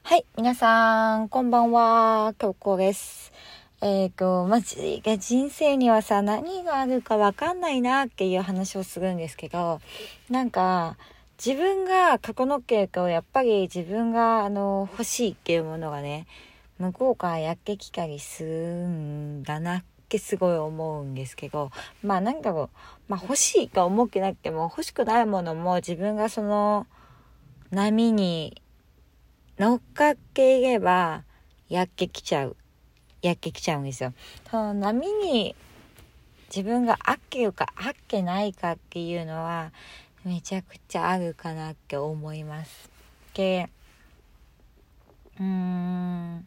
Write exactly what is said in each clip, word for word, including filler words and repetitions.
はい、皆さん、こんばんは、京子です。えっと、まじが人生にはさ、何があるかわかんないなっていう話をするんですけど、なんか、自分が過去の経過をやっぱり自分があの欲しいっていうものがね、向こうからやってきたりするんだなってすごい思うんですけど、まあなんかこう、まあ欲しいか思ってなくても欲しくないものも自分がその波に乗っかっていればやってきちゃうやってきちゃうんですよ。その波に自分が合ってるか合ってないかっていうのはめちゃくちゃあるかなって思います。で、うーん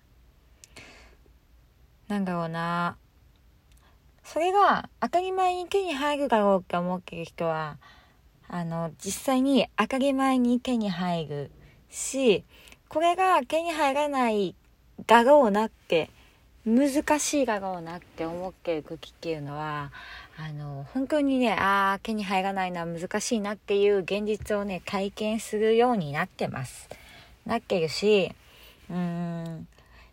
なんだろうな、それが当たり前に手に入るだろうって思ってる人はあの実際に当たり前に手に入るし、これが手に入らないだろうなって難しいだろうなって思ってる時っていうのはあの本当にね、あー手に入らないな、難しいなっていう現実をね体験するようになってますなってるし、うーん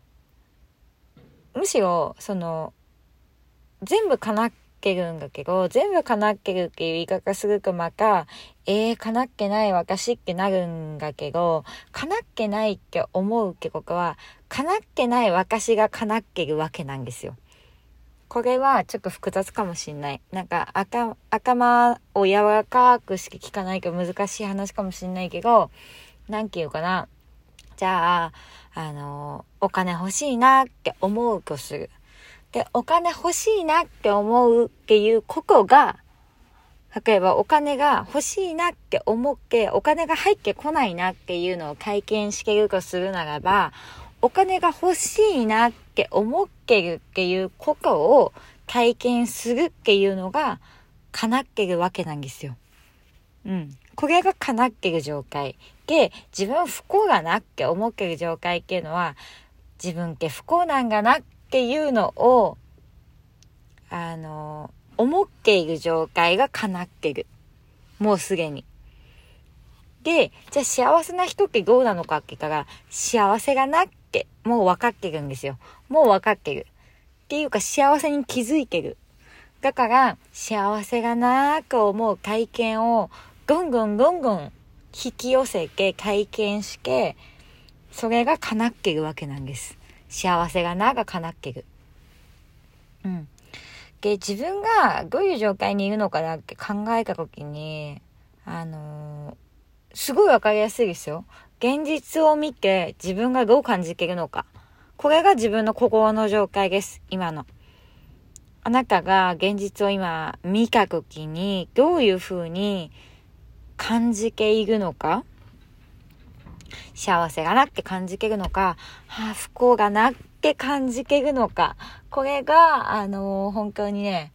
むしろその全部叶ってるんだけど、全部叶ってるっていう言い方するとまたえー、叶ってない私ってなるんだけど、叶ってないって思うってことは叶ってない私が叶ってるわけなんですよ。これはちょっと複雑かもしんない。なんか頭頭を柔らかくしか聞かないと難しい話かもしんないけど、なんていうかな、じゃああのお金欲しいなって思うとする。で、お金欲しいなって思うっていうことが、例えばお金が欲しいなって思ってお金が入ってこないなっていうのを体験しているとするならば、お金が欲しいなって思ってるっていうことを体験するっていうのが叶ってるわけなんですよ。うん。これが叶ってる状態で、自分不幸だなって思ってる状態っていうのは、自分って不幸なんだなっていうのをあの思っている状態が叶ってる、もうすでに。で、じゃあ幸せな人ってどうなのかって言ったら、幸せがなってもう分かってるんですよ。もう分かってるっていうか、幸せに気づいてる。だから幸せがなーと思う体験をぐんぐんぐんぐん引き寄せて体験して、それが叶ってるわけなんです。幸せがなが叶ってる。うん。で、自分がどういう状態にいるのかなって考えたときに、あのー、すごいわかりやすいですよ。現実を見て自分がどう感じているのか。これが自分の心の状態です。今の。あなたが現実を今見たときにどういう風に感じているのか。幸せがなって感じてるのか、はあ、不幸がなって感じてるのか。これが、あのー、本当にね、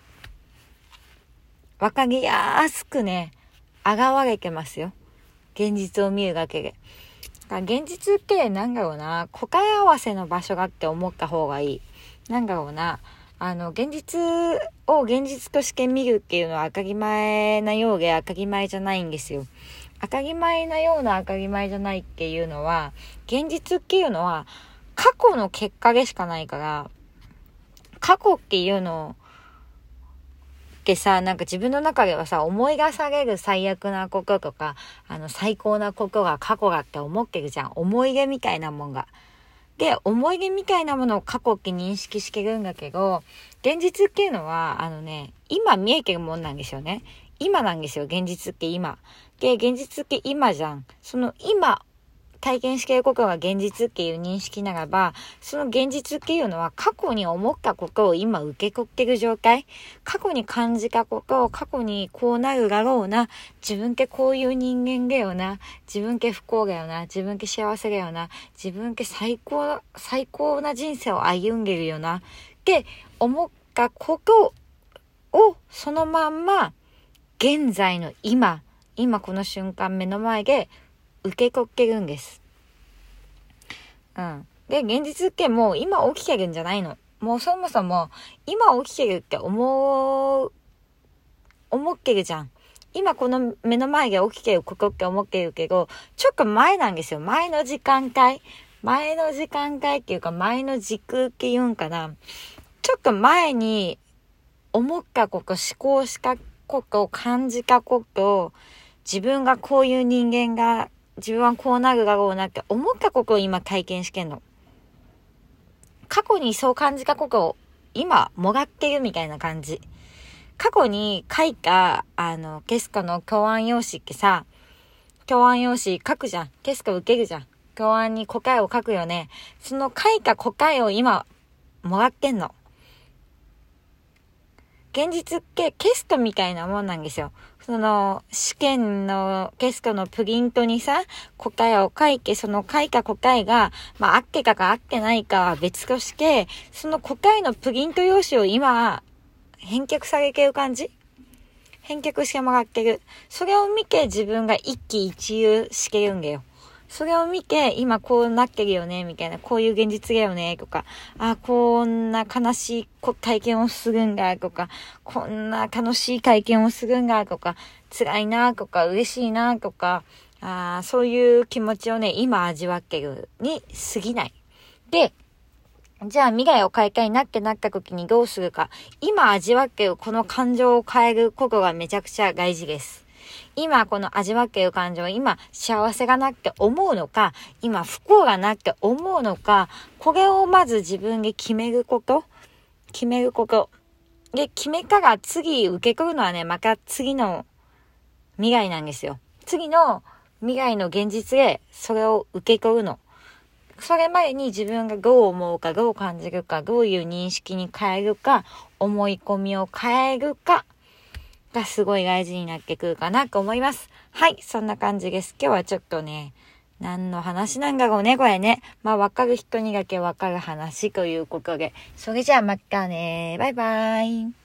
わかりやすくね、現れてますよ。現実を見るだけで。だから現実ってなんだろうな、答え合わせの場所がって思った方がいい。なんだろうな、あの、現実を現実として見るっていうのは当たり前なようで当たり前じゃないんですよ。当たり前なような当たり前じゃないっていうのは、現実っていうのは過去の結果でしかないから、過去っていうのってさ、なんか自分の中ではさ、思い出される最悪なこととか、あの最高なことが過去だって思ってるじゃん。思い出みたいなもんが。で、思い出みたいなものを過去って認識してるんだけど、現実っていうのは、あのね、今見えてるもんなんですよね。今なんですよ、現実って今。で、現実って今じゃん。その今、体験していることが現実っていう認識ならば、その現実っていうのは過去に思ったことを今受け取ってる状態。過去に感じたことを過去にこうなるだろうな。自分ってこういう人間だよな。自分って不幸だよな。自分って幸せだよな。自分って最高、最高な人生を歩んでるよな。って思ったことをそのまんま現在の今、今この瞬間目の前で受け取ってるんです。うん。で、現実ってもう今起きてるんじゃないの。もうそもそも今起きてるって思う、思ってるじゃん。 今この目の前で起きてることって思ってるけど、ちょっと前なんですよ。前の時間帯。前の時間帯っていうか、前の時空って言うんかな。ちょっと前に思ったこと、思考したこと、感じたこと、自分がこういう人間が、自分はこうなるだろうなって思ったことを今体験してんの。過去にそう感じたことを今もらってるみたいな感じ。過去に書いた、あの、テストの教案用紙ってさ、教案用紙書くじゃん。テスト受けるじゃん。教案に答えを書くよね。その書いた答えを今もらってんの。現実ってテストみたいなもんなんですよ。その試験のテストのプリントにさ、答えを書いて、その書いた答えが、まあ合ってたか合ってないかは別として、その答えのプリント用紙を今、返却されてる感じ？返却してもらってる。それを見て自分が一喜一憂してるんだよ。それを見て、今こうなってるよね、みたいな、こういう現実だよね、とか、あ、こんな悲しい体験をするんだ、とか、こんな楽しい体験をするんだ、とか、辛いな、とか、嬉しいな、とか、あ、そういう気持ちをね、今味わってるに過ぎない。で、じゃあ未来を変えたいなってなった時にどうするか。今味わってるこの感情を変えることがめちゃくちゃ大事です。今この味わっている感情、今幸せがなって思うのか、今不幸がなって思うのか、これをまず自分で決めること、決めること。で、決めたら次受け取るのはね、また次の未来なんですよ。次の未来の現実でそれを受け取るの。それまでに自分がどう思うか、どう感じるか、どういう認識に変えるか、思い込みを変えるか、がすごい大事になってくるかなと思います。はい、そんな感じです。今日はちょっとね、何の話なんだろうね、これね。まあ、わかる人にだけわかる話ということで。それじゃあまたね、バイバーイ。